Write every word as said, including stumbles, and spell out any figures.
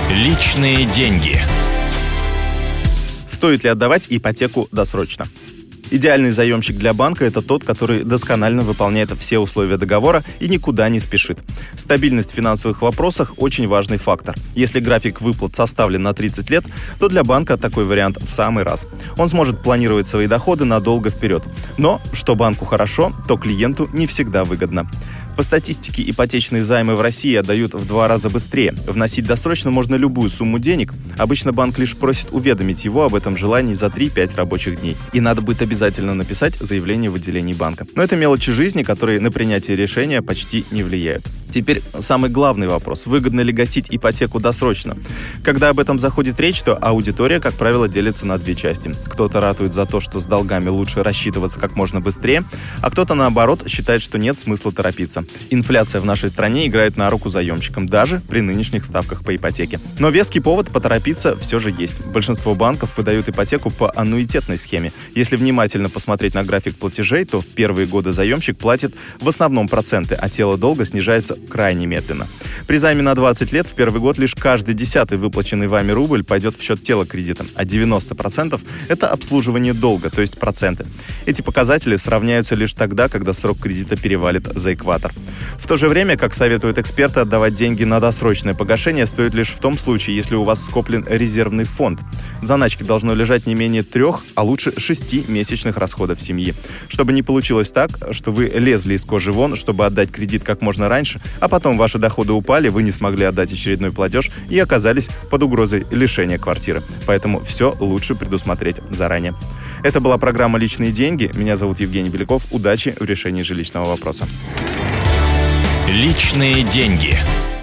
Личные деньги. Стоит ли отдавать ипотеку досрочно? Идеальный заемщик для банка – это тот, который досконально выполняет все условия договора и никуда не спешит. Стабильность в финансовых вопросах – очень важный фактор. Если график выплат составлен на тридцать лет, то для банка такой вариант в самый раз. Он сможет планировать свои доходы надолго вперед. Но, что банку хорошо, то клиенту не всегда выгодно. По статистике, ипотечные займы в России отдают в два раза быстрее. Вносить досрочно можно любую сумму денег. Обычно банк лишь просит уведомить его об этом желании за три-пять рабочих дней. И надо будет обязательно написать заявление в отделении банка. Но это мелочи жизни, которые на принятие решения почти не влияют. Теперь самый главный вопрос. Выгодно ли гасить ипотеку досрочно? Когда об этом заходит речь, то аудитория, как правило, делится на две части. Кто-то ратует за то, что с долгами лучше рассчитываться как можно быстрее, а кто-то, наоборот, считает, что нет смысла торопиться. Инфляция в нашей стране играет на руку заемщикам, даже при нынешних ставках по ипотеке. Но веский повод поторопиться все же есть. Большинство банков выдают ипотеку по аннуитетной схеме. Если внимательно посмотреть на график платежей, то в первые годы заемщик платит в основном проценты, а тело долга снижается крайне медленно. При займе на двадцать лет в первый год лишь каждый десятый выплаченный вами рубль пойдет в счет тела кредита, а девяносто процентов – это обслуживание долга, то есть проценты. Эти показатели сравняются лишь тогда, когда срок кредита перевалит за экватор. В то же время, как советуют эксперты, отдавать деньги на досрочное погашение стоит лишь в том случае, если у вас скоплен резервный фонд. В заначке должно лежать не менее трех, а лучше шести месячных расходов семьи. Чтобы не получилось так, что вы лезли из кожи вон, чтобы отдать кредит как можно раньше, а потом ваши доходы упали, вы не смогли отдать очередной платеж и оказались под угрозой лишения квартиры. Поэтому все лучше предусмотреть заранее. Это была программа «Личные деньги». Меня зовут Евгений Беляков. Удачи в решении жилищного вопроса. Личные деньги.